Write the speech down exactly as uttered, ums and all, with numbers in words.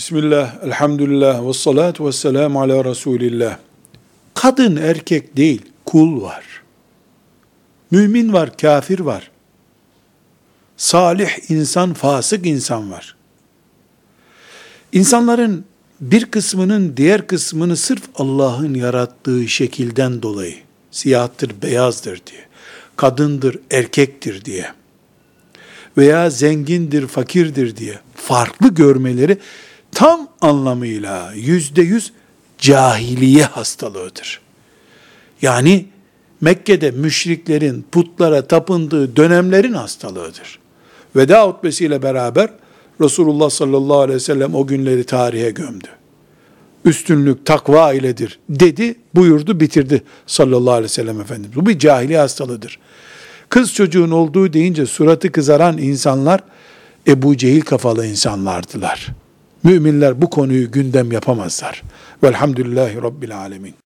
Bismillah, elhamdülillah, ve salatu ve selamu ala Resulillah. Kadın erkek değil, kul var. Mümin var, kafir var. Salih insan, fasık insan var. İnsanların bir kısmının diğer kısmını sırf Allah'ın yarattığı şekilden dolayı, siyahtır, beyazdır diye, kadındır, erkektir diye veya zengindir, fakirdir diye farklı görmeleri tam anlamıyla yüzde yüz cahiliye hastalığıdır. Yani Mekke'de müşriklerin putlara tapındığı dönemlerin hastalığıdır. Veda hutbesiyle beraber Resulullah sallallahu aleyhi ve sellem o günleri tarihe gömdü. Üstünlük takva iledir dedi, buyurdu, bitirdi sallallahu aleyhi ve sellem Efendimiz. Bu bir cahiliye hastalığıdır. Kız çocuğun olduğu deyince suratı kızaran insanlar Ebu Cehil kafalı insanlardılar. Müminler bu konuyu gündem yapamazlar. Velhamdülillahi Rabbil alemin.